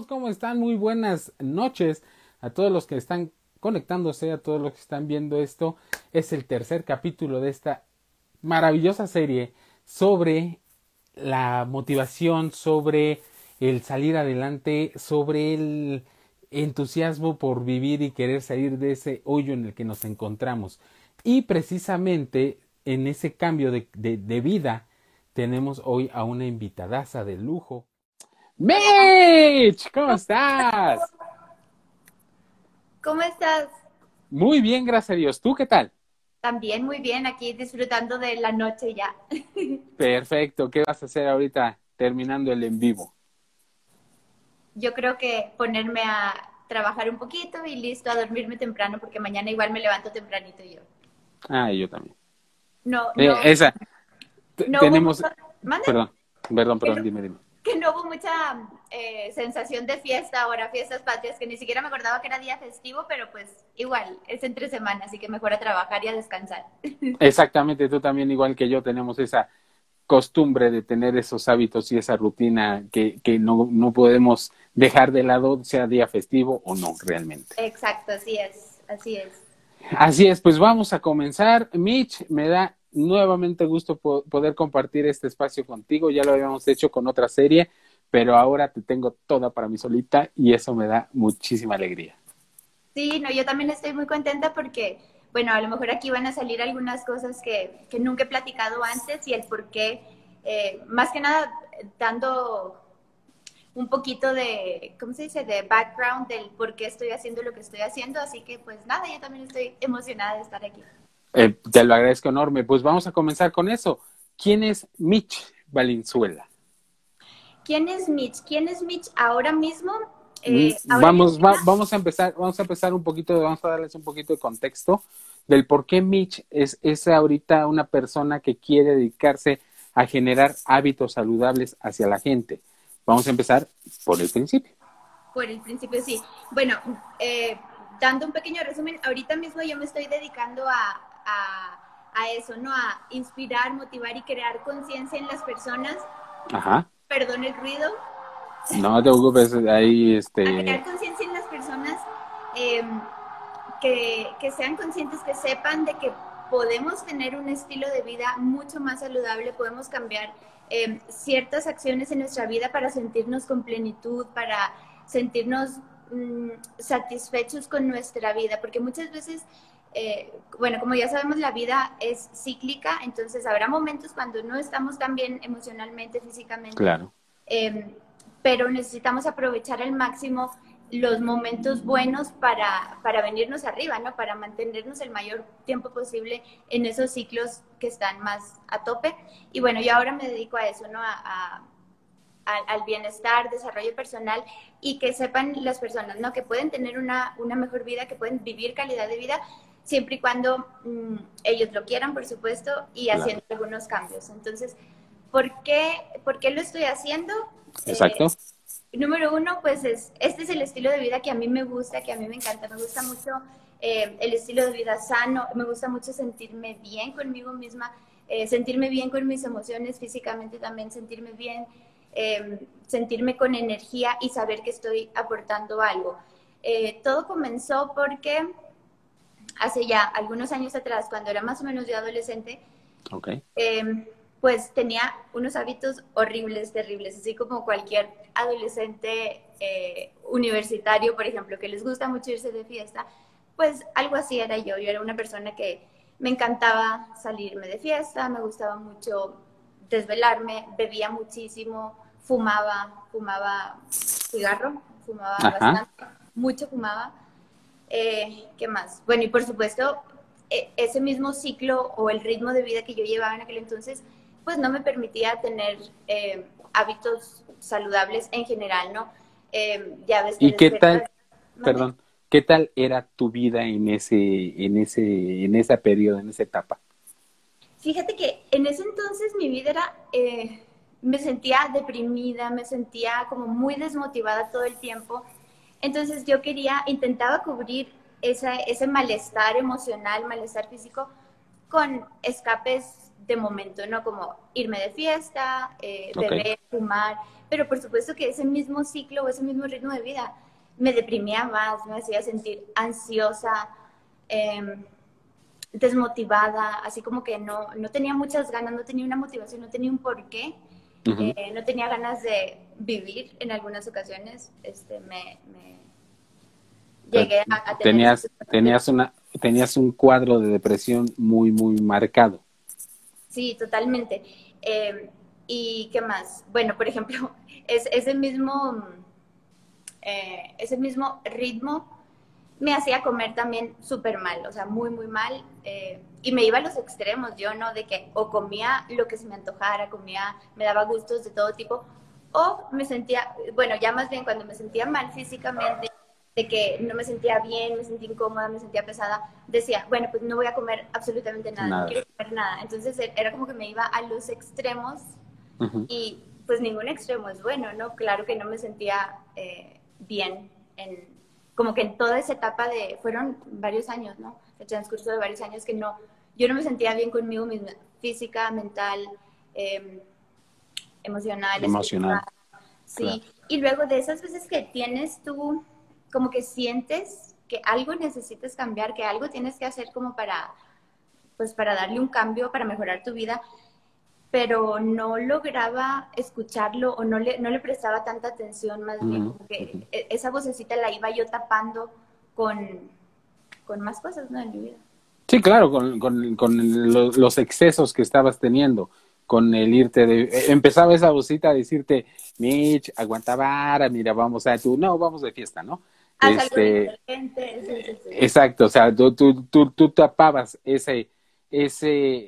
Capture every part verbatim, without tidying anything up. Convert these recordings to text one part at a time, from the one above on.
todos, ¿cómo están? Muy buenas noches a todos los que están conectándose, a todos los que están viendo esto. Es el tercer capítulo de esta maravillosa serie sobre la motivación, sobre el salir adelante, sobre el entusiasmo por vivir y querer salir de ese hoyo en el que nos encontramos. Y precisamente en ese cambio de, de, de vida tenemos hoy a una invitadaza de lujo. Mitch, ¿cómo estás? ¿Cómo estás? Muy bien, gracias a Dios. ¿Tú qué tal? También muy bien, aquí disfrutando de la noche ya. Perfecto. ¿Qué vas a hacer ahorita terminando el en vivo? Yo creo que ponerme a trabajar un poquito y listo a dormirme temprano porque mañana igual me levanto tempranito yo. Ah, yo también. No, Eh, no, esa, t- no hubo tenemos, mucho, ¿mande? perdón, perdón, Que perdón, no, dime, dime. que no hubo mucha eh, sensación de fiesta ahora, fiestas patrias, que ni siquiera me acordaba que era día festivo, pero pues igual, es entre semana, así que mejor a trabajar y a descansar. Exactamente, tú también, igual que yo, tenemos esa costumbre de tener esos hábitos y esa rutina que, que no, no podemos dejar de lado, sea día festivo o no, realmente. Exacto, así es, así es. Así es, pues vamos a comenzar. Mitch, me da nuevamente gusto po poder compartir este espacio contigo. Ya lo habíamos hecho con otra serie, pero ahora te tengo toda para mí solita y eso me da muchísima alegría. Sí, no, yo también estoy muy contenta porque, bueno, a lo mejor aquí van a salir algunas cosas que, que nunca he platicado antes y el por qué, eh, más que nada dando un poquito de, ¿cómo se dice?, de background del por qué estoy haciendo lo que estoy haciendo, así que pues nada, yo también estoy emocionada de estar aquí. Eh, te lo agradezco enorme. Pues vamos a comenzar con eso. ¿Quién es Mitch Valenzuela? ¿Quién es Mitch? ¿Quién es Mitch ahora mismo? Mm, Eh, ahora mismo, Vamos, va- vamos a empezar, vamos a empezar un poquito, vamos a darles un poquito de contexto del por qué Mitch es, es ahorita una persona que quiere dedicarse a generar hábitos saludables hacia la gente. Vamos a empezar por el principio. por el principio sí. Bueno, eh, dando un pequeño resumen, ahorita mismo yo me estoy dedicando a, a, a eso, ¿no? A inspirar, motivar y crear conciencia en las personas. Ajá. Perdón el ruido. No te preocupes, ahí A este, crear conciencia en las personas eh, que, que sean conscientes, que sepan de que podemos tener un estilo de vida mucho más saludable, podemos cambiar eh, ciertas acciones en nuestra vida para sentirnos con plenitud, para sentirnos mmm, satisfechos con nuestra vida, porque muchas veces, eh, bueno, como ya sabemos, la vida es cíclica, entonces habrá momentos cuando no estamos tan bien emocionalmente, físicamente, claro. eh, pero necesitamos aprovechar al máximo los momentos buenos para, para venirnos arriba, ¿no? Para mantenernos el mayor tiempo posible en esos ciclos que están más a tope. Y bueno, yo ahora me dedico a eso, ¿no? A, a, al bienestar, desarrollo personal y que sepan las personas, ¿no? Que pueden tener una, una mejor vida, que pueden vivir calidad de vida siempre y cuando mmm, ellos lo quieran, por supuesto, y Claro. haciendo algunos cambios. Entonces, ¿por qué, por qué lo estoy haciendo? Eh, Exacto. Número uno, pues es, este es el estilo de vida que a mí me gusta, que a mí me encanta. Me gusta mucho eh, el estilo de vida sano, me gusta mucho sentirme bien conmigo misma, eh, sentirme bien con mis emociones, físicamente también sentirme bien, eh, sentirme con energía y saber que estoy aportando algo. Eh, todo comenzó porque hace ya algunos años atrás, cuando era más o menos yo adolescente, Ok. eh, pues tenía unos hábitos horribles, terribles, así como cualquier adolescente eh, universitario, por ejemplo, que les gusta mucho irse de fiesta, pues algo así era yo. Yo era una persona que me encantaba salirme de fiesta, me gustaba mucho desvelarme, bebía muchísimo, fumaba, fumaba cigarro, fumaba Ajá. bastante, mucho fumaba. Eh, ¿Qué más? Bueno, y por supuesto, e- ese mismo ciclo o el ritmo de vida que yo llevaba en aquel entonces, pues no me permitía tener eh, hábitos saludables en general, ¿no? Eh, ya ves que ¿Y qué tal, despiertas, ¿mande? perdón, qué tal era tu vida en ese, en ese, en ese periodo, en esa etapa? Fíjate que en ese entonces mi vida era, eh, me sentía deprimida, me sentía como muy desmotivada todo el tiempo. Entonces yo quería, intentaba cubrir esa, ese malestar emocional, malestar físico, con escapes de momento, ¿no? Como irme de fiesta, eh, Ok. beber, fumar, pero por supuesto que ese mismo ciclo o ese mismo ritmo de vida me deprimía más, me hacía sentir ansiosa, eh, desmotivada, así como que no, no tenía muchas ganas, no tenía una motivación, no tenía un porqué, Ujú. eh, no tenía ganas de vivir en algunas ocasiones, este, me, me O sea, llegué a, a tener ese tenías, tenías una, tenías un cuadro de depresión muy, muy marcado. Sí, totalmente. Eh, ¿Y qué más? Bueno, por ejemplo, es, ese mismo, eh, ese mismo ritmo me hacía comer también súper mal, o sea, muy, muy mal. Eh, y me iba a los extremos, yo, ¿no? De que o comía lo que se me antojara, comía, me daba gustos de todo tipo, o me sentía, bueno, ya más bien cuando me sentía mal físicamente, de que no me sentía bien, me sentía incómoda, me sentía pesada, decía, bueno, pues no voy a comer absolutamente nada, no Nada. quiero comer nada. Entonces era como que me iba a los extremos Ujú. y pues ningún extremo es bueno, ¿no? Claro que no me sentía eh, bien en, como que en toda esa etapa de, fueron varios años, ¿no? El transcurso de varios años que no, yo no me sentía bien conmigo misma, física, mental, eh, emocional, espiritual, Emocional, claro. sí. Y luego de esas veces que tienes tú, como que sientes que algo necesitas cambiar, que algo tienes que hacer como para, pues para darle un cambio, para mejorar tu vida, pero no lograba escucharlo o no le, no le prestaba tanta atención, más bien Ujú, como ujú. que e, esa vocecita la iba yo tapando con, con más cosas, ¿no? En mi vida. Sí, claro, con, con, con lo- los excesos que estabas teniendo, con el irte de... eh, Empezaba esa vocita a decirte, Mitch, aguanta vara, mira, vamos a... Tú, no, vamos de fiesta, ¿no? Haz algo Este, diferente, sí, sí, sí. exacto, o sea, tú, tú, tú, tú tapabas ese, ese,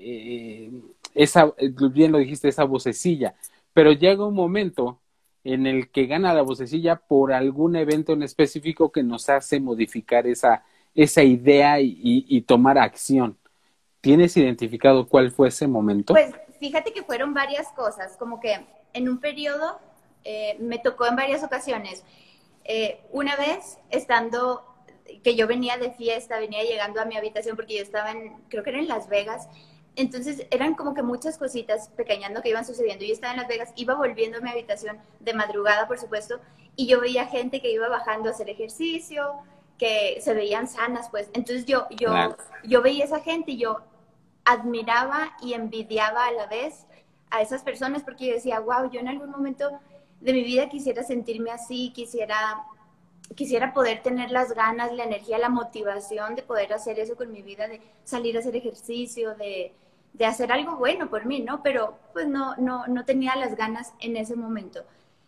eh, esa, eh, bien lo dijiste, esa vocecilla, pero llega un momento en el que gana la vocecilla por algún evento en específico que nos hace modificar esa, esa idea y, y, y tomar acción. ¿Tienes identificado cuál fue ese momento? Pues fíjate que fueron varias cosas, como que en un periodo eh, me tocó en varias ocasiones. Eh, una vez estando, que yo venía de fiesta, venía llegando a mi habitación porque yo estaba en, creo que era en Las Vegas, entonces eran como que muchas cositas pequeñas, ¿no? Que iban sucediendo. Yo estaba en Las Vegas, iba volviendo a mi habitación de madrugada, por supuesto, y yo veía gente que iba bajando a hacer ejercicio, que se veían sanas, pues. Entonces yo, yo, Claro. yo veía esa gente y yo admiraba y envidiaba a la vez a esas personas porque yo decía, wow, yo en algún momento de mi vida quisiera sentirme así, quisiera, quisiera poder tener las ganas, la energía, la motivación de poder hacer eso con mi vida, de salir a hacer ejercicio, de, de hacer algo bueno por mí, ¿no? Pero pues no, no, no tenía las ganas en ese momento.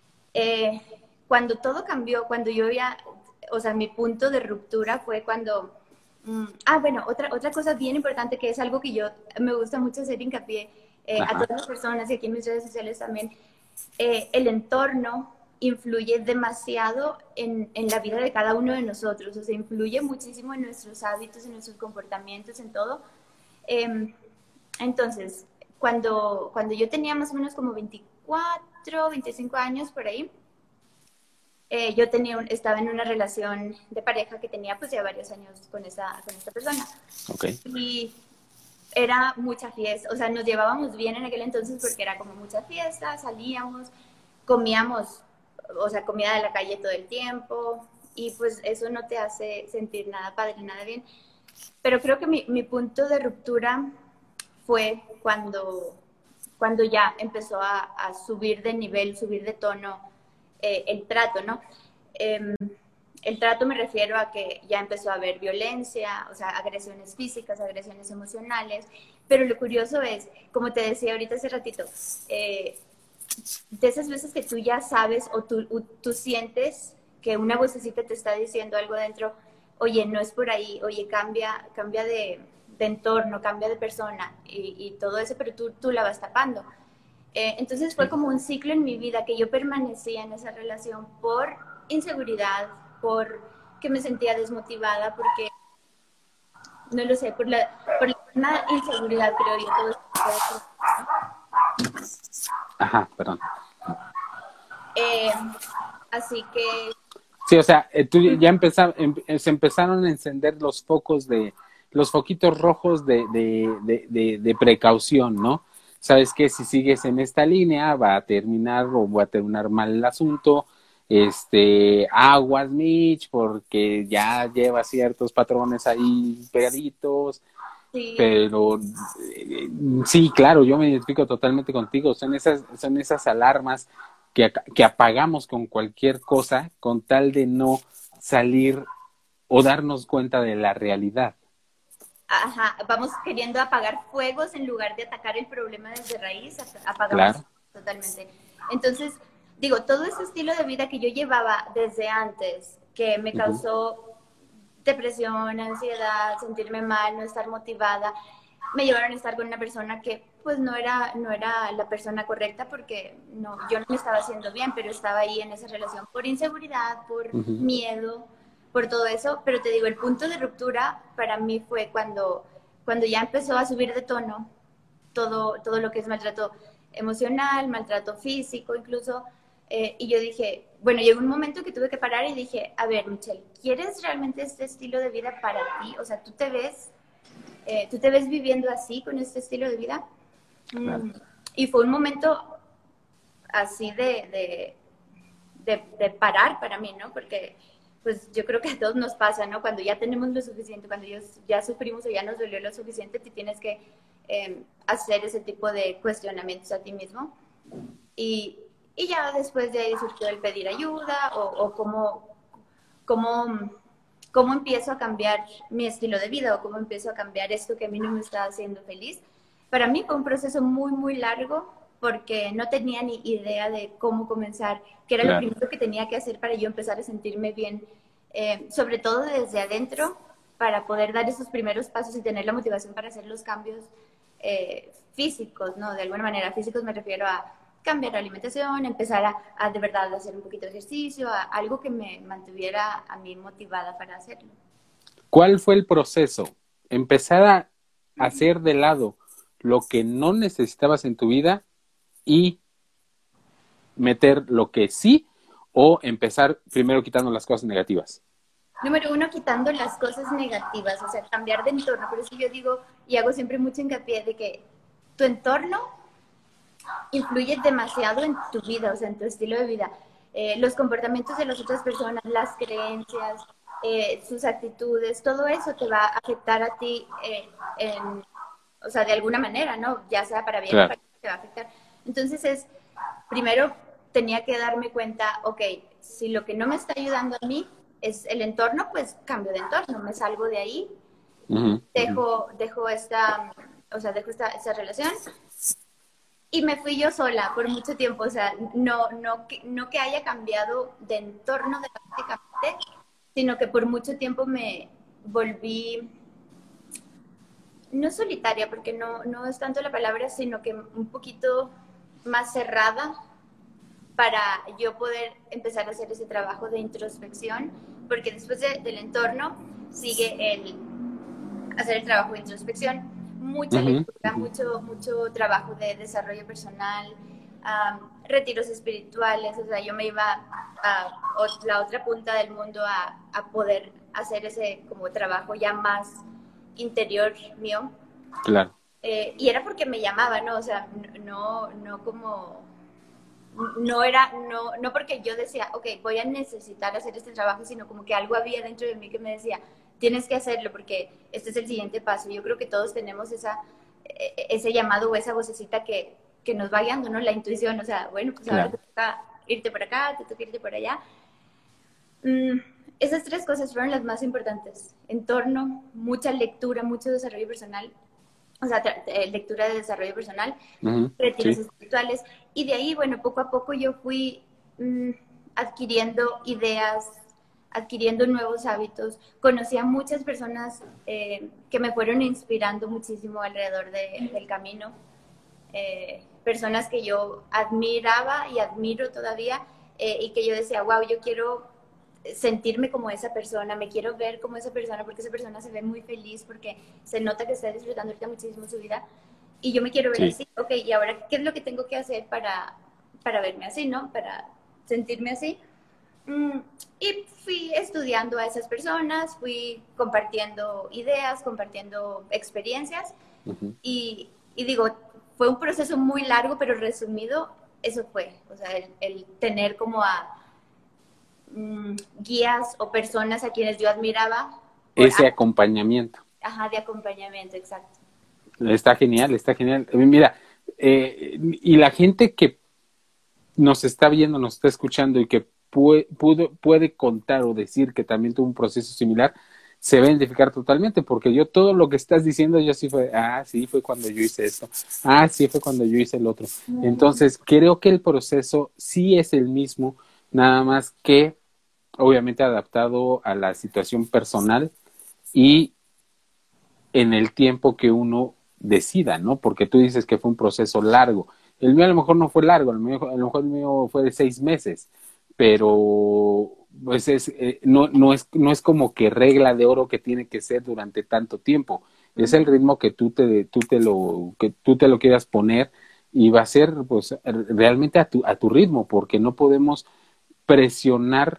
Eh, Cuando todo cambió, cuando yo ya, o sea, mi punto de ruptura fue cuando Mm, ah, bueno, otra, otra cosa bien importante que es algo que yo me gusta mucho hacer hincapié eh, a Ajá. todas las personas y aquí en mis redes sociales también, eh, el entorno influye demasiado en, en la vida de cada uno de nosotros, o sea, influye muchísimo en nuestros hábitos, en nuestros comportamientos, en todo. Eh, entonces, cuando, cuando yo tenía más o menos como veinticuatro, veinticinco años por ahí, eh, yo tenía un, estaba en una relación de pareja que tenía pues ya varios años con esa, con esta persona. Ok. Y era mucha fiesta, o sea, nos llevábamos bien en aquel entonces porque era como mucha fiesta, salíamos, comíamos, o sea, comida de la calle todo el tiempo y pues eso no te hace sentir nada padre, nada bien. Pero creo que mi, mi punto de ruptura fue cuando, cuando ya empezó a, a subir de nivel, subir de tono eh, el trato, ¿no? Eh, el trato me refiero a que ya empezó a haber violencia, o sea, agresiones físicas, agresiones emocionales, pero lo curioso es, como te decía ahorita hace ratito, eh, de esas veces que tú ya sabes o tú, tú sientes que una vocecita te está diciendo algo dentro, oye, no es por ahí, oye, cambia, cambia de, de entorno, cambia de persona y, y todo eso, pero tú, tú la vas tapando. Eh, entonces fue Sí. como un ciclo en mi vida que yo permanecía en esa relación por inseguridad, por que me sentía desmotivada, porque, no lo sé, por la, por la una inseguridad, creo yo, todo eso. Ajá, perdón. Eh, Así que Sí, o sea, eh, tú ya empeza- em- eh, se empezaron a encender los focos de los foquitos rojos de, de, de, de, de precaución, ¿no? Sabes que si sigues en esta línea va a terminar o va a terminar mal el asunto, este, aguas Mitch, porque ya lleva ciertos patrones ahí pegaditos, Sí. pero eh, sí, claro, yo me identifico totalmente contigo, son esas, son esas alarmas que, que apagamos con cualquier cosa con tal de no salir o darnos cuenta de la realidad. Ajá, vamos queriendo apagar fuegos en lugar de atacar el problema desde raíz, apagamos Claro. totalmente. Entonces, digo, todo ese estilo de vida que yo llevaba desde antes, que me Uh-huh. causó depresión, ansiedad, sentirme mal, no estar motivada, me llevaron a estar con una persona que pues no era, no era la persona correcta porque no, yo no me estaba haciendo bien, pero estaba ahí en esa relación por inseguridad, por Uh-huh. miedo, por todo eso, pero te digo, el punto de ruptura para mí fue cuando, cuando ya empezó a subir de tono todo, todo lo que es maltrato emocional, maltrato físico incluso, eh, y yo dije, bueno, llegó un momento que tuve que parar y dije, a ver, Michelle, ¿quieres realmente este estilo de vida para ti? O sea, ¿tú te ves, eh, ¿tú te ves viviendo así, con este estilo de vida? Claro. Mm. Y fue un momento así de, de, de, de parar para mí, ¿no? Porque pues yo creo que a todos nos pasa, ¿no? Cuando ya tenemos lo suficiente, cuando ya, ya sufrimos o ya nos dolió lo suficiente, te tienes que eh, hacer ese tipo de cuestionamientos a ti mismo. Y, y ya después de ahí surgió el pedir ayuda o, o cómo, cómo, cómo empiezo a cambiar mi estilo de vida o cómo empiezo a cambiar esto que a mí no me está haciendo feliz. Para mí fue un proceso muy, muy largo porque no tenía ni idea de cómo comenzar, qué era lo Claro. primero que tenía que hacer para yo empezar a sentirme bien, eh, sobre todo desde adentro, para poder dar esos primeros pasos y tener la motivación para hacer los cambios eh, físicos, ¿no? De alguna manera, físicos me refiero a cambiar la alimentación, empezar a, a de verdad hacer un poquito de ejercicio, a algo que me mantuviera a mí motivada para hacerlo. ¿Cuál fue el proceso? Empezar a hacer de lado lo que no necesitabas en tu vida y meter lo que sí, o empezar primero quitando las cosas negativas. Número uno, quitando las cosas negativas, o sea, cambiar de entorno. Por eso yo digo y hago siempre mucho hincapié de que tu entorno influye demasiado en tu vida, o sea, en tu estilo de vida. Eh, los comportamientos de las otras personas, las creencias, eh, sus actitudes, todo eso te va a afectar a ti, eh, en, o sea, de alguna manera, ¿no? Ya sea para bien o Claro. para mal, te va a afectar. Entonces es, primero tenía que darme cuenta, ok, si lo que no me está ayudando a mí es el entorno, pues cambio de entorno, me salgo de ahí, Uh-huh. dejo, dejo esta, o sea, dejo esta, esta relación y me fui yo sola por mucho tiempo, o sea, no, no, que, no que haya cambiado de entorno drásticamente, sino que por mucho tiempo me volví, no solitaria, porque no, no es tanto la palabra, sino que un poquito más cerrada para yo poder empezar a hacer ese trabajo de introspección, porque después de, del entorno sigue el hacer el trabajo de introspección, mucha Uh-huh. lectura, Uh-huh. mucho, mucho trabajo de desarrollo personal, um, retiros espirituales, o sea, yo me iba a, a la otra punta del mundo a, a poder hacer ese como trabajo ya más interior mío. Claro. Eh, y era porque me llamaba, ¿no? O sea, no, no como no era, no, no porque yo decía, ok, voy a necesitar hacer este trabajo, sino como que algo había dentro de mí que me decía, tienes que hacerlo porque este es el siguiente paso. Yo creo que todos tenemos esa, ese llamado o esa vocecita que, que nos va guiando, ¿no? La intuición, o sea, bueno, pues ahora Claro. te toca irte por acá, te toca irte por allá. Mm, esas tres cosas fueron las más importantes. Entorno, mucha lectura, mucho desarrollo personal, o sea, lectura de desarrollo personal, Uh-huh. retiros Sí. espirituales, y de ahí, bueno, poco a poco yo fui mmm, adquiriendo ideas, adquiriendo nuevos hábitos, conocí a muchas personas eh, que me fueron inspirando muchísimo alrededor de, del camino, eh, personas que yo admiraba y admiro todavía, eh, y que yo decía, wow, yo quiero sentirme como esa persona, me quiero ver como esa persona, porque esa persona se ve muy feliz, porque se nota que está disfrutando ahorita muchísimo su vida, y yo me quiero ver Sí. así. Ok, y ahora, ¿qué es lo que tengo que hacer para, para verme así, no? Para sentirme así. Mm, y fui estudiando a esas personas, fui compartiendo ideas, compartiendo experiencias Ujú. y, y digo, fue un proceso muy largo, pero resumido, eso fue, o sea, el, el tener como a mm, guías o personas a quienes yo admiraba por Ese años, acompañamiento. ajá, de acompañamiento, exacto. Está genial, está genial. Mira, eh, y la gente que nos está viendo, nos está escuchando y que puede, pudo, puede contar o decir que también tuvo un proceso similar, se va a identificar totalmente, porque yo todo lo que estás diciendo, yo sí fue, ah, sí, fue cuando yo hice esto, ah, sí, fue cuando yo hice el otro. Mm, Entonces, creo que el proceso sí es el mismo, nada más que obviamente adaptado a la situación personal y en el tiempo que uno decida, ¿no? Porque tú dices que fue un proceso largo. El mío a lo mejor no fue largo, a lo mejor, a lo mejor el mío fue de seis meses, pero pues es, eh, no, no, es, no es como que regla de oro que tiene que ser durante tanto tiempo. Es el ujú. ritmo que tú te, tú te lo, que tú te lo quieras poner y va a ser pues realmente a tu, a tu ritmo, porque no podemos presionar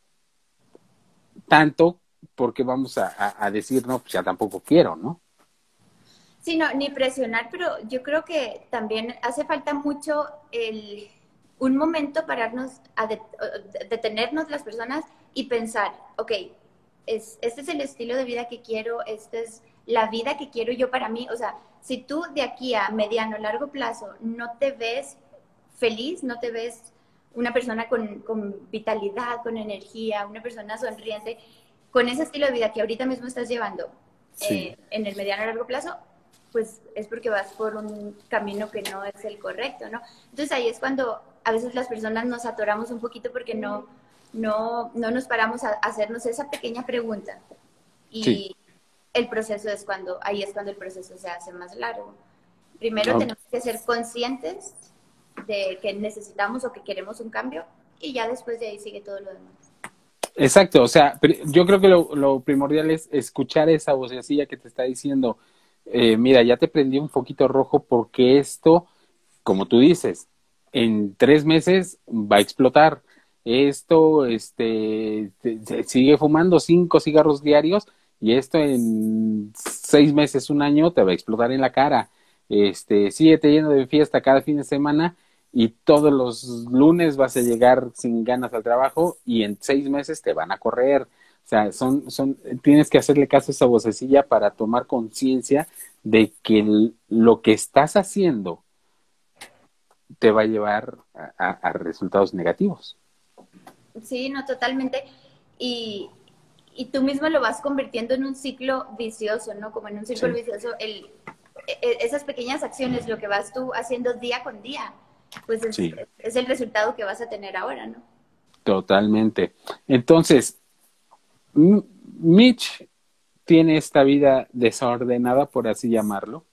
tanto porque vamos a, a, a decir, no, pues ya tampoco quiero, ¿no? Sí, no, ni presionar, pero yo creo que también hace falta mucho el, un momento pararnos, a de- detenernos las personas y pensar, ok, es, este es el estilo de vida que quiero, esta es la vida que quiero yo para mí. O sea, si tú de aquí a mediano, largo plazo no te ves feliz, no te ves una persona con, con vitalidad, con energía, una persona sonriente, con ese estilo de vida que ahorita mismo estás llevando Sí. eh, en el mediano a largo plazo, pues es porque vas por un camino que no es el correcto, ¿no? Entonces ahí es cuando a veces las personas nos atoramos un poquito porque no, no, no nos paramos a hacernos esa pequeña pregunta. Sí. Y el proceso es cuando, ahí es cuando el proceso se hace más largo. Primero No, tenemos que ser conscientes de que necesitamos o que queremos un cambio y ya después de ahí sigue todo lo demás. exacto, o sea, yo creo que lo, lo primordial es escuchar esa vocecilla que te está diciendo, eh, mira, ya te prendí un poquito rojo porque esto, como tú dices, en tres meses va a explotar. Esto, este, te- se sigue fumando cinco cigarros diarios y esto en seis meses, un año, te va a explotar en la cara. Este, síguete yendo de fiesta cada fin de semana y todos los lunes vas a llegar sin ganas al trabajo y en seis meses te van a correr. O sea, son, son, tienes que hacerle caso a esa vocecilla para tomar conciencia de que el- lo que estás haciendo te va a llevar a, a- a resultados negativos. Sí, no, totalmente. Y, y tú mismo lo vas convirtiendo en un ciclo vicioso, ¿no? Como en un círculo Sí, vicioso, el, e- esas pequeñas acciones, lo que vas tú haciendo día con día, pues es, sí, es el resultado que vas a tener ahora, ¿no? totalmente. Entonces, M- Mitch tiene esta vida desordenada, por así llamarlo,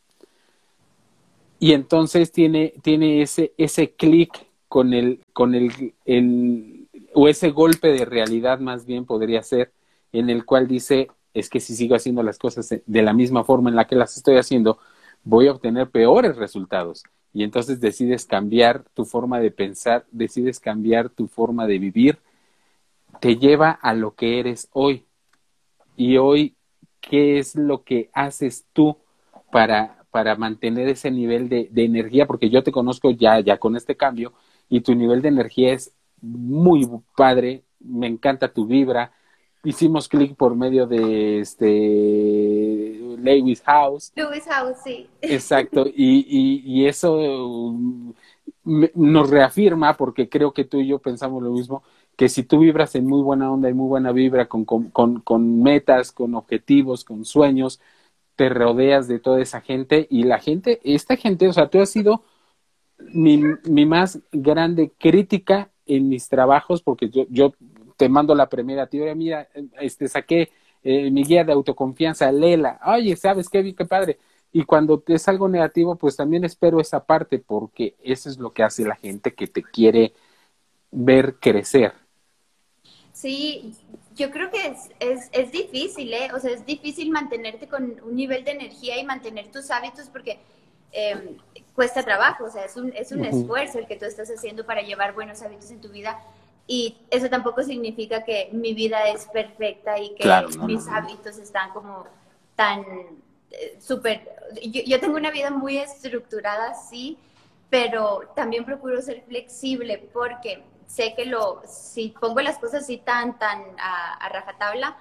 y entonces tiene, tiene ese, ese clic con el, con el, el, o ese golpe de realidad más bien podría ser, en el cual dice, es que si sigo haciendo las cosas de la misma forma en la que las estoy haciendo, voy a obtener peores resultados. Y entonces decides cambiar tu forma de pensar, decides cambiar tu forma de vivir, te lleva a lo que eres hoy. Y hoy, ¿qué es lo que haces tú para, para mantener ese nivel de, de energía? Porque yo te conozco ya, ya con este cambio y tu nivel de energía es muy padre, me encanta tu vibra. Hicimos clic por medio de este Lewis House. Lewis House, sí. Exacto, y, y, y eso um, me- nos reafirma, porque creo que tú y yo pensamos lo mismo, que si tú vibras en muy buena onda y muy buena vibra, con, con, con, con metas, con objetivos, con sueños, te rodeas de toda esa gente y la gente, esta gente, o sea, tú has sido mi, mi más grande crítica en mis trabajos, porque yo, yo te mando la primera teoría, mira, este, saqué eh, mi guía de autoconfianza, léela, oye, ¿sabes qué? Qué padre. Y cuando es algo negativo, pues también espero esa parte, porque eso es lo que hace la gente que te quiere ver crecer. Sí, yo creo que es, es, es difícil, ¿eh? O sea, es difícil mantenerte con un nivel de energía y mantener tus hábitos porque eh, cuesta trabajo, o sea, es un, es un Ujú. esfuerzo el que tú estás haciendo para llevar buenos hábitos en tu vida. Y eso tampoco significa que mi vida es perfecta y que Claro, no, mis no, no. hábitos están como tan eh, súper... Yo, yo tengo una vida muy estructurada, sí, pero también procuro ser flexible porque sé que lo, si pongo las cosas así tan, tan a, a rajatabla,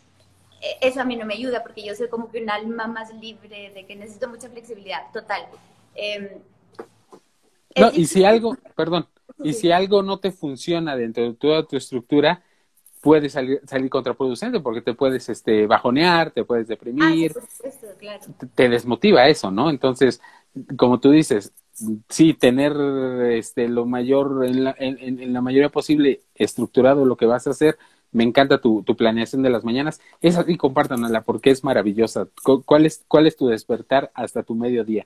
eh, eso a mí no me ayuda porque yo soy como que un alma más libre, de que necesito mucha flexibilidad, total. Eh, No, es y si difícil. algo, perdón, y Sí. si algo no te funciona dentro de toda tu estructura, puede salir, salir contraproducente porque te puedes este, bajonear, te puedes Ah, sí, deprimir, por supuesto, claro. te, te desmotiva eso, ¿no? Entonces, como tú dices, sí, tener este, lo mayor, en la, en, en la mayoría posible estructurado lo que vas a hacer. Me encanta tu, tu planeación de las mañanas. Esa sí, compártanla porque es maravillosa. ¿Cuál es, cuál es tu despertar hasta tu mediodía?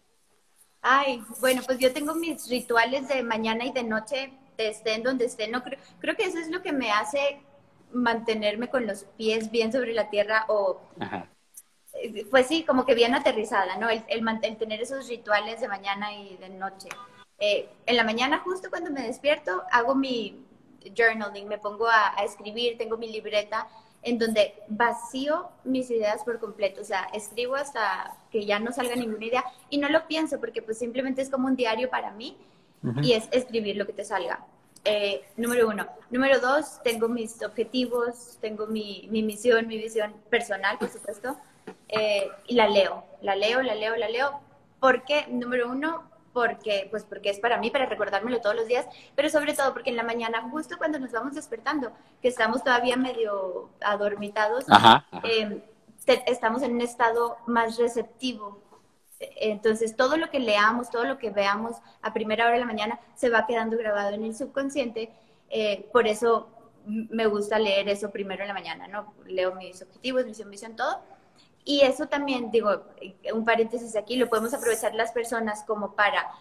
Ay, bueno, pues yo tengo mis rituales de mañana y de noche, esté en donde esté. No creo, creo que eso es lo que me hace mantenerme con los pies bien sobre la tierra o, Ajá. eh, pues sí, como que bien aterrizada, ¿no? El, el, el tener esos rituales de mañana y de noche. Eh, en la mañana, justo cuando me despierto, hago mi journaling, me pongo a, a escribir, tengo mi libreta en donde vacío mis ideas por completo, o sea, escribo hasta que ya no salga ninguna idea y no lo pienso porque pues simplemente es como un diario para mí Uh-huh. y es escribir lo que te salga. Eh, número uno. Número dos, tengo mis objetivos, tengo mi, mi misión, mi visión personal, por supuesto, eh, y la leo, la leo, la leo, la leo. ¿Por qué? Número uno, porque, pues porque es para mí, para recordármelo todos los días, pero sobre todo porque en la mañana, justo cuando nos vamos despertando, que estamos todavía medio adormitados, Ajá, ajá. eh, te, estamos en un estado más receptivo. Entonces, todo lo que leamos, todo lo que veamos a primera hora de la mañana se va quedando grabado en el subconsciente. Eh, por eso me gusta leer eso primero en la mañana, ¿no? Leo mis objetivos, misión, visión, todo. Y eso también, digo, un paréntesis aquí, lo podemos aprovechar las personas como para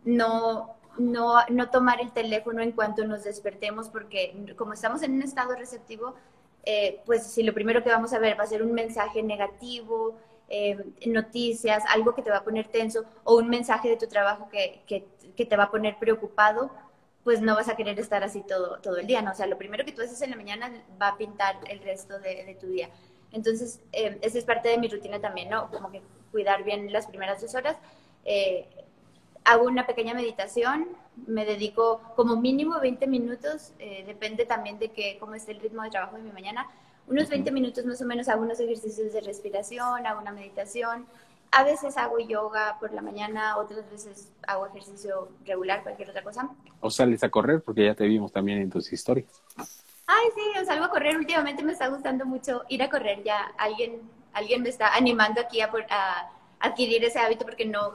no, no, no tomar el teléfono en cuanto nos despertemos, porque como estamos en un estado receptivo, eh, pues si lo primero que vamos a ver va a ser un mensaje negativo, eh, noticias, algo que te va a poner tenso, o un mensaje de tu trabajo que, que, que te va a poner preocupado, pues no vas a querer estar así todo, todo el día, ¿no? O sea, lo primero que tú haces en la mañana va a pintar el resto de, de tu día. Entonces, eh, esa es parte de mi rutina también, ¿no? Como que cuidar bien las primeras dos horas. Eh, hago una pequeña meditación, me dedico como mínimo veinte minutos, eh, depende también de que, cómo esté el ritmo de trabajo de mi mañana, unos Uh-huh. veinte minutos más o menos hago unos ejercicios de respiración, hago una meditación, a veces hago yoga por la mañana, otras veces hago ejercicio regular, cualquier otra cosa. O sales a correr porque ya te vimos también en tus historias. Ay, sí, yo salgo a correr, últimamente me está gustando mucho ir a correr, ya alguien, alguien me está animando aquí a, a adquirir ese hábito porque no,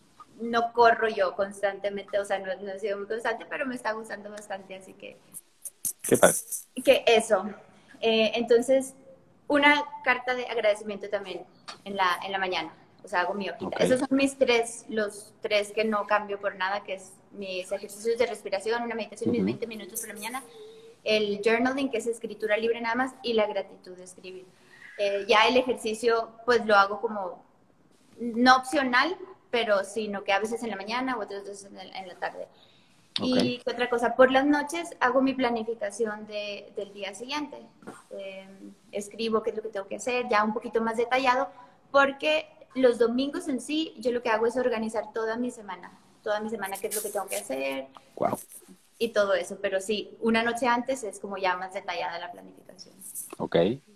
no corro yo constantemente, o sea, no, no he sido muy constante, pero me está gustando bastante, así que, ¿Qué tal? que eso. Eh, entonces, una carta de agradecimiento también en la, en la mañana, o sea, hago mi hojita. Ok. Esos son mis tres, los tres que no cambio por nada, que es mis ejercicios de respiración, una meditación, mis Uh-huh. veinte minutos por la mañana, el journaling, que es escritura libre nada más, y la gratitud de escribir. Eh, ya el ejercicio, pues lo hago como no opcional, pero sino que a veces en la mañana o otras veces en, el, en la tarde. Ok. Y otra cosa, por las noches hago mi planificación de, del día siguiente. Eh, escribo qué es lo que tengo que hacer, ya un poquito más detallado, porque los domingos en sí, yo lo que hago es organizar toda mi semana, toda mi semana, qué es lo que tengo que hacer Wow. y todo eso. Pero sí, una noche antes es como ya más detallada la planificación. Ok.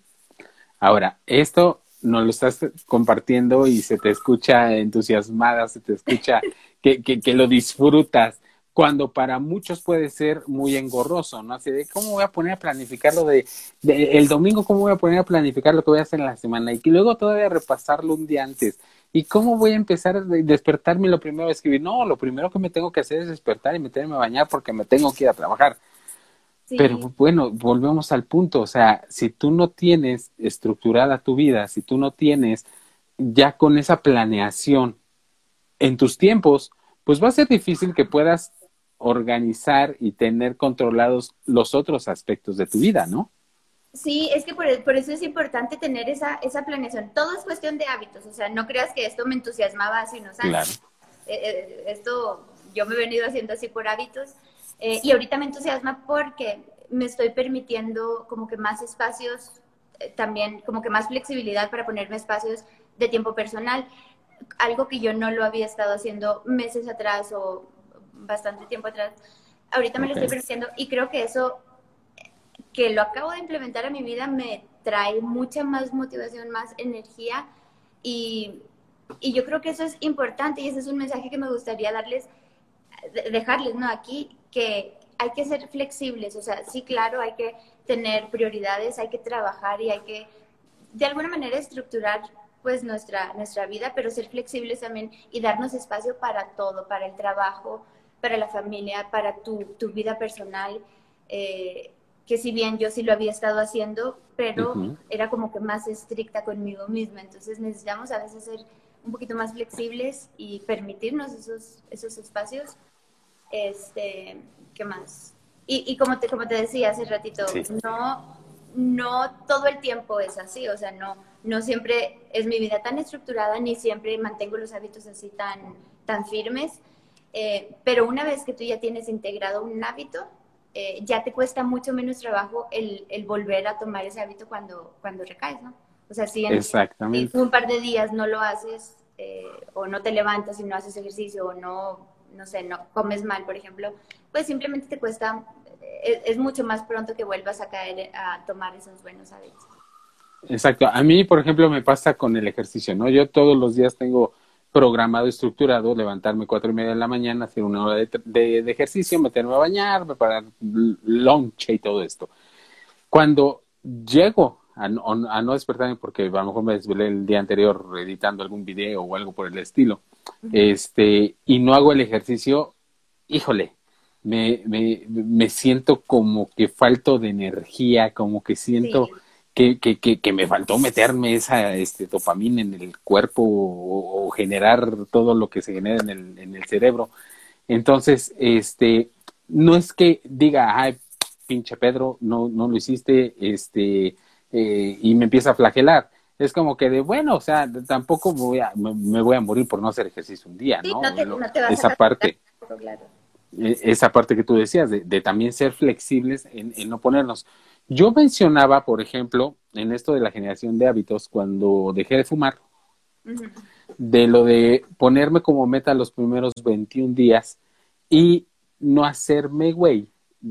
Ahora, esto nos lo estás compartiendo y se te escucha entusiasmada, se te escucha que, que, que lo disfrutas, cuando para muchos puede ser muy engorroso, ¿no? Así de, ¿cómo voy a poner a planificar lo de, de el domingo, cómo voy a poner a planificar lo que voy a hacer en la semana? Y que luego todavía repasarlo un día antes. ¿Y cómo voy a empezar a despertarme? Lo primero es escribir, no, lo primero que me tengo que hacer es despertar y meterme a bañar porque me tengo que ir a trabajar. Pero Sí, bueno, volvemos al punto, o sea, si tú no tienes estructurada tu vida, si tú no tienes ya con esa planeación en tus tiempos, pues va a ser difícil que puedas organizar y tener controlados los otros aspectos de tu vida, ¿no? sí, es que por, por eso es importante tener esa, esa planeación. Todo es cuestión de hábitos, o sea, no creas que esto me entusiasmaba hace unos Claro. años. Eh, eh, esto yo me he venido haciendo así por hábitos eh, y ahorita me entusiasma porque me estoy permitiendo como que más espacios, eh, también como que más flexibilidad para ponerme espacios de tiempo personal, algo que yo no lo había estado haciendo meses atrás o bastante tiempo atrás. Ahorita me lo Okay. estoy permitiendo y creo que eso, que lo acabo de implementar a mi vida, me trae mucha más motivación, más energía y, y yo creo que eso es importante y ese es un mensaje que me gustaría darles, dejarles, ¿no? Aquí, que hay que ser flexibles, o sea, sí, claro, hay que tener prioridades, hay que trabajar y hay que, de alguna manera, estructurar pues nuestra, nuestra vida, pero ser flexibles también y darnos espacio para todo, para el trabajo, para la familia, para tu, tu vida personal, eh, que si bien yo sí lo había estado haciendo, pero Uh-huh. era como que más estricta conmigo misma, entonces necesitamos a veces ser un poquito más flexibles y permitirnos esos, esos espacios. Este, ¿qué más? Y, y como te, como te decía hace ratito, Sí. no, no todo el tiempo es así, o sea, no, no siempre es mi vida tan estructurada, ni siempre mantengo los hábitos así tan, tan firmes, eh, pero una vez que tú ya tienes integrado un hábito, eh, ya te cuesta mucho menos trabajo el, el volver a tomar ese hábito cuando, cuando recaes, ¿no? O sea, si, en, si Exactamente. un par de días no lo haces, eh, o no te levantas y no haces ejercicio, o no, no sé, no comes mal, por ejemplo, pues simplemente te cuesta, es, es mucho más pronto que vuelvas a caer a tomar esos buenos hábitos. Exacto. A mí, por ejemplo, me pasa con el ejercicio, ¿no? Yo todos los días tengo programado, estructurado, levantarme cuatro y media de la mañana, hacer una hora de, de, de ejercicio, meterme a bañar, preparar lonche y todo esto. Cuando llego a no, a no despertarme porque a lo mejor me desvelé el día anterior editando algún video o algo por el estilo, Uh-huh. este, y no hago el ejercicio, híjole, me, me, me siento como que falto de energía, como que siento Sí, que, que, que, que me faltó meterme esa este, dopamina en el cuerpo o, o generar todo lo que se genera en el, en el cerebro. Entonces, este, no es que diga, ay, pinche Pedro, no, no lo hiciste, este, eh, y me empieza a flagelar. Es como que de, bueno, o sea, tampoco me voy a, me, me voy a morir por no hacer ejercicio un día, sí, ¿no? no te, Lo, no te vas a esa castigar, parte, claro. eh, esa parte que tú decías, de, de también ser flexibles en, en no ponernos. Yo mencionaba, por ejemplo, en esto de la generación de hábitos, cuando dejé de fumar, Uh-huh. de lo de ponerme como meta los primeros veintiún días y no hacerme güey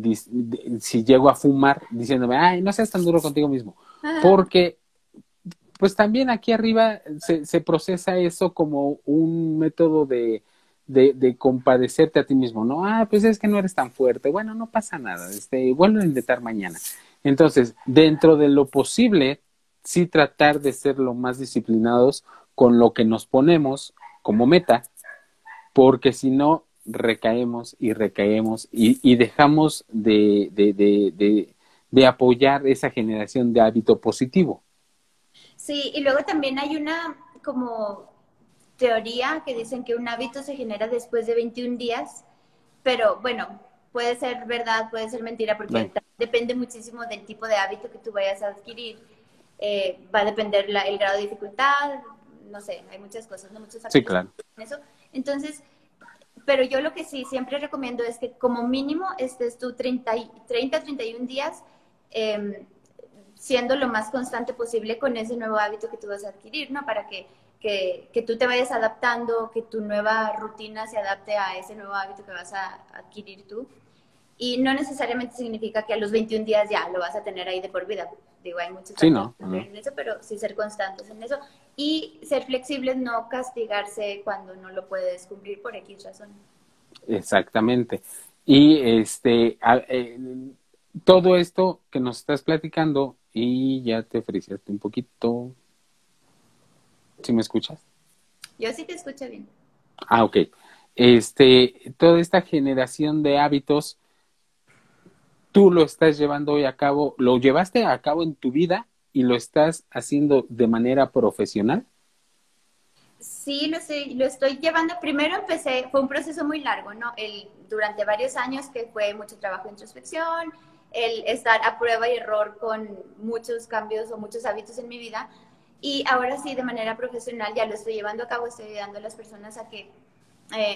si llego a fumar diciéndome, ay, no seas tan duro contigo mismo, Ah, porque pues también aquí arriba se, se procesa eso como un método de, de, de compadecerte a ti mismo, ¿no? Ah, pues es que no eres tan fuerte, bueno, no pasa nada, este, vuelvo a intentar mañana. Entonces, dentro de lo posible, sí tratar de ser lo más disciplinados con lo que nos ponemos como meta, porque si no, recaemos y recaemos y, y dejamos de, de, de, de, de apoyar esa generación de hábito positivo. sí, y luego también hay una como teoría que dicen que un hábito se genera después de veintiún días, pero bueno, puede ser verdad, puede ser mentira, porque Bueno, ta- depende muchísimo del tipo de hábito que tú vayas a adquirir. Eh, va a depender la- el grado de dificultad, no sé, hay muchas cosas, ¿no? Muchos sí, factores claro. en eso. Entonces, pero yo lo que sí siempre recomiendo es que como mínimo estés tú treinta, y- treinta, treinta y uno días eh, siendo lo más constante posible con ese nuevo hábito que tú vas a adquirir, ¿no? Para que, que, que tú te vayas adaptando, que tu nueva rutina se adapte a ese nuevo hábito que vas a adquirir tú. Y no necesariamente significa que a los veintiún días ya lo vas a tener ahí de por vida. Digo, hay muchos Sí, factores no, no. en eso, pero sí ser constantes en eso. Y ser flexibles, no castigarse cuando no lo puedes cumplir por X razón. Exactamente. Y este, a- eh, todo esto que nos estás platicando, y ya te frisaste un poquito. ¿Sí me escuchas? Yo sí te escucho bien. Ah, ok. Este, toda esta generación de hábitos, tú lo estás llevando hoy a cabo, lo llevaste a cabo en tu vida y lo estás haciendo de manera profesional. Sí, lo estoy, lo estoy llevando. Primero empecé, fue un proceso muy largo, ¿no? El, durante varios años que fue mucho trabajo de introspección, el estar a prueba y error con muchos cambios o muchos hábitos en mi vida. Y ahora sí, de manera profesional, ya lo estoy llevando a cabo, estoy ayudando a las personas a que eh,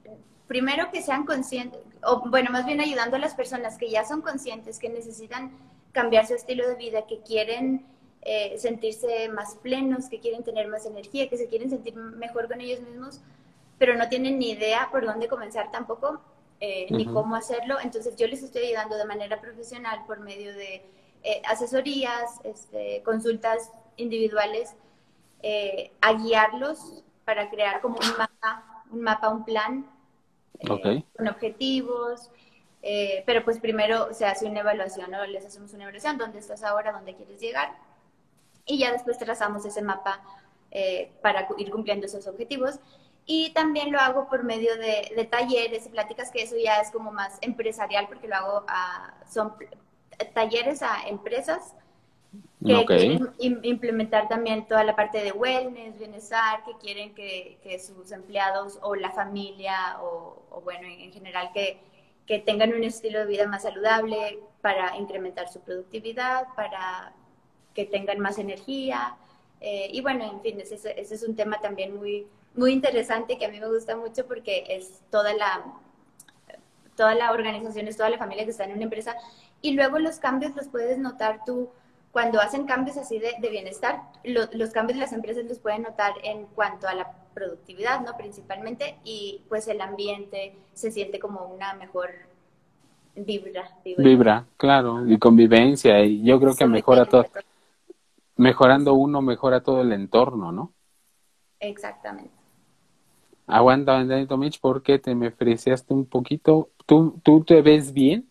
primero que sean conscientes, o bueno, más bien ayudando a las personas que ya son conscientes, que necesitan cambiar su estilo de vida, que quieren eh, sentirse más plenos, que quieren tener más energía, que se quieren sentir mejor con ellos mismos, pero no tienen ni idea por dónde comenzar tampoco, eh, uh-huh. ni cómo hacerlo. Entonces yo les estoy ayudando de manera profesional por medio de eh, asesorías, este, consultas individuales, eh, a guiarlos para crear como un mapa, un mapa, un plan, eh, okay. con objetivos, eh, pero pues primero se hace una evaluación, ¿no? Les hacemos una evaluación, ¿dónde estás ahora? ¿Dónde quieres llegar? Y ya después trazamos ese mapa eh, para ir cumpliendo esos objetivos. Y también lo hago por medio de, de talleres y pláticas, que eso ya es como más empresarial, porque lo hago a, son talleres a empresas que okay. quieren implementar también toda la parte de wellness, bienestar, que quieren que, que sus empleados o la familia o, o bueno, en general que, que tengan un estilo de vida más saludable para incrementar su productividad, para que tengan más energía. Eh, y bueno, en fin, ese, ese es un tema también muy, muy interesante que a mí me gusta mucho porque es toda la, toda la organización, es toda la familia que está en una empresa. Y luego los cambios los puedes notar tú cuando hacen cambios así de, de bienestar. Lo, los cambios de las empresas los pueden notar en cuanto a la productividad, ¿no? Principalmente, y pues el ambiente se siente como una mejor vibra. Vibra, vibra claro, y convivencia, y yo creo que mejora todo. Mejorando uno, mejora todo el entorno, ¿no? Exactamente. Aguanta, Benedito Mitch, porque te me friseaste un poquito. ¿Tú, ¿Tú te ves bien?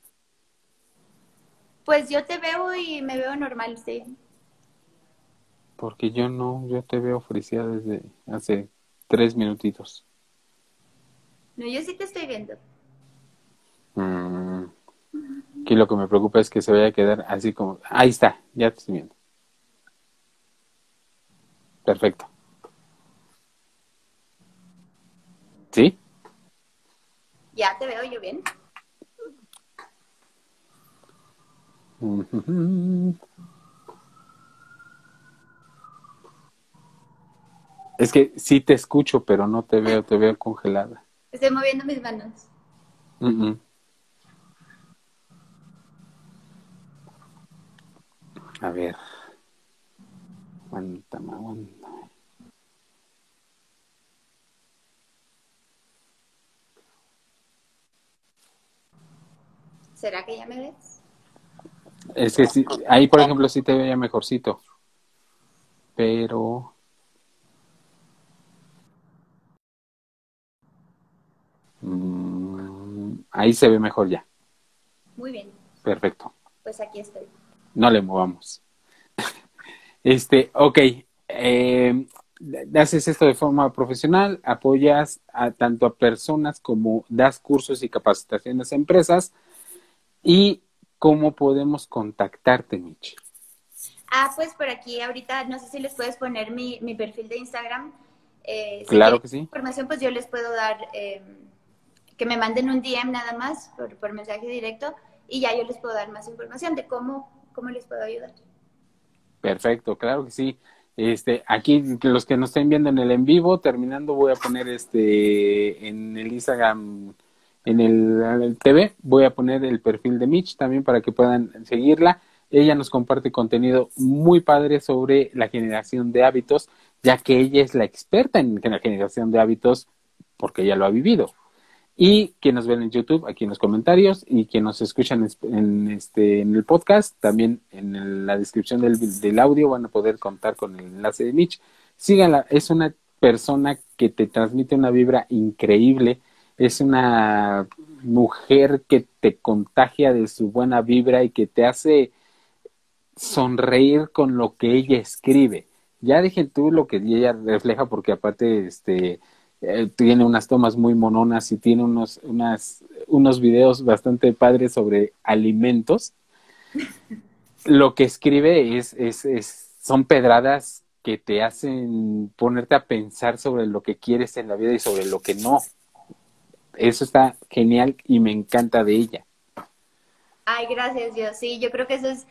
Pues yo te veo y me veo normal, sí. Porque yo no, yo te veo friseada desde hace tres minutitos. No, yo sí te estoy viendo. Mm, aquí lo que me preocupa es que se vaya a quedar así como... Ahí está, ya te estoy viendo. Perfecto. ¿Sí? Ya te veo yo bien. Es que sí te escucho, pero no te veo, te veo congelada. Estoy moviendo mis manos. Uh-uh. A ver. Aguántame, aguántame. ¿Será que ya me ves? Es que sí, ahí por ejemplo sí te veía mejorcito. Pero... Mmm, ahí se ve mejor ya. Muy bien. Perfecto. Pues aquí estoy. No le movamos. Este, ok. Eh, haces esto de forma profesional, apoyas a tanto a personas como das cursos y capacitaciones a empresas. ¿Y cómo podemos contactarte, Mitch? Ah, pues por aquí ahorita, no sé si les puedes poner mi, mi perfil de Instagram. Eh, si Claro quieren que sí. información, pues yo les puedo dar, eh, que me manden un D M nada más por, por mensaje directo y ya yo les puedo dar más información de cómo, cómo les puedo ayudar. Perfecto, claro que sí. Este, aquí los que nos estén viendo en el en vivo, terminando voy a poner este en el Instagram, en el, en el T V, voy a poner el perfil de Mitch también para que puedan seguirla. Ella nos comparte contenido muy padre sobre la generación de hábitos, ya que ella es la experta en la generación de hábitos porque ella lo ha vivido. Y quien nos ven en YouTube, aquí en los comentarios, y quien nos escuchan en, este, en el podcast, también en el, la descripción del, del audio van a poder contar con el enlace de Mitch. Síganla, es una persona que te transmite una vibra increíble, es una mujer que te contagia de su buena vibra y que te hace sonreír con lo que ella escribe. Ya dejen tú lo que ella refleja, porque aparte, este... Eh, tiene unas tomas muy mononas y tiene unos, unas, unos videos bastante padres sobre alimentos. Lo que escribe es, es, es, son pedradas que te hacen ponerte a pensar sobre lo que quieres en la vida y sobre lo que no. Eso está genial y me encanta de ella. Ay, gracias, yo sí, yo creo que eso es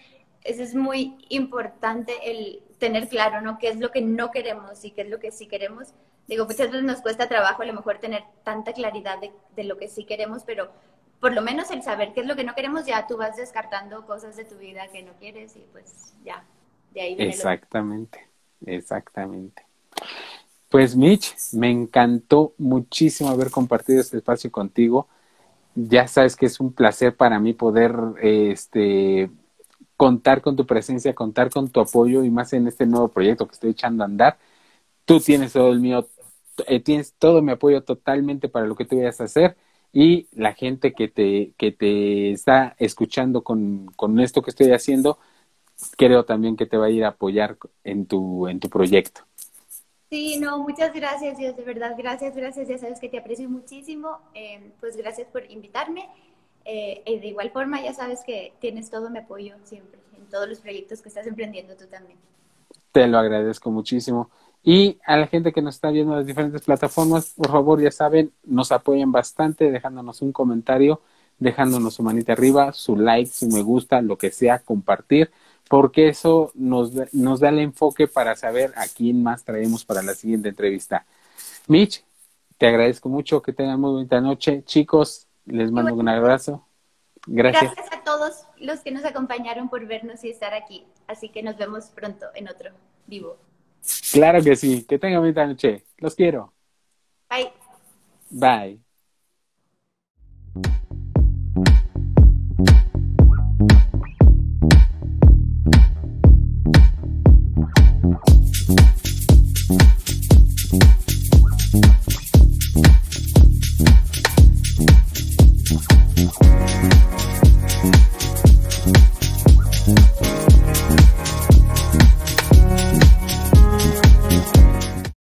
eso es muy importante el tener claro, ¿no? ¿Qué es lo que no queremos y qué es lo que sí queremos? Digo, muchas veces nos cuesta trabajo a lo mejor tener tanta claridad de, de lo que sí queremos, pero por lo menos el saber qué es lo que no queremos, ya tú vas descartando cosas de tu vida que no quieres y pues ya, de ahí viene lo otro. Exactamente, exactamente. Pues Mitch, me encantó muchísimo haber compartido este espacio contigo. Ya sabes que es un placer para mí poder este, contar con tu presencia, contar con tu apoyo y más en este nuevo proyecto que estoy echando a andar. Tú tienes todo el mío, eh, tienes todo mi apoyo totalmente para lo que tú vayas a hacer y la gente que te, que te está escuchando con, con esto que estoy haciendo, creo también que te va a ir a apoyar en tu, en tu proyecto. Sí, no, muchas gracias, Dios, de verdad, gracias, gracias, ya sabes que te aprecio muchísimo, eh, pues gracias por invitarme, eh, y de igual forma ya sabes que tienes todo mi apoyo siempre, en todos los proyectos que estás emprendiendo tú también. Te lo agradezco muchísimo. Y a la gente que nos está viendo en las diferentes plataformas, por favor, ya saben, nos apoyan bastante dejándonos un comentario, dejándonos su manita arriba, su like, su me gusta, lo que sea, compartir, porque eso nos, nos da el enfoque para saber a quién más traemos para la siguiente entrevista. Mitch, te agradezco mucho, que tengan muy bonita noche. Chicos, les Y mando bueno, un abrazo. Gracias. gracias a todos los que nos acompañaron por vernos y estar aquí, así que nos vemos pronto en otro vivo. Claro que sí, que tengan bonita noche. Los quiero. Bye. Bye.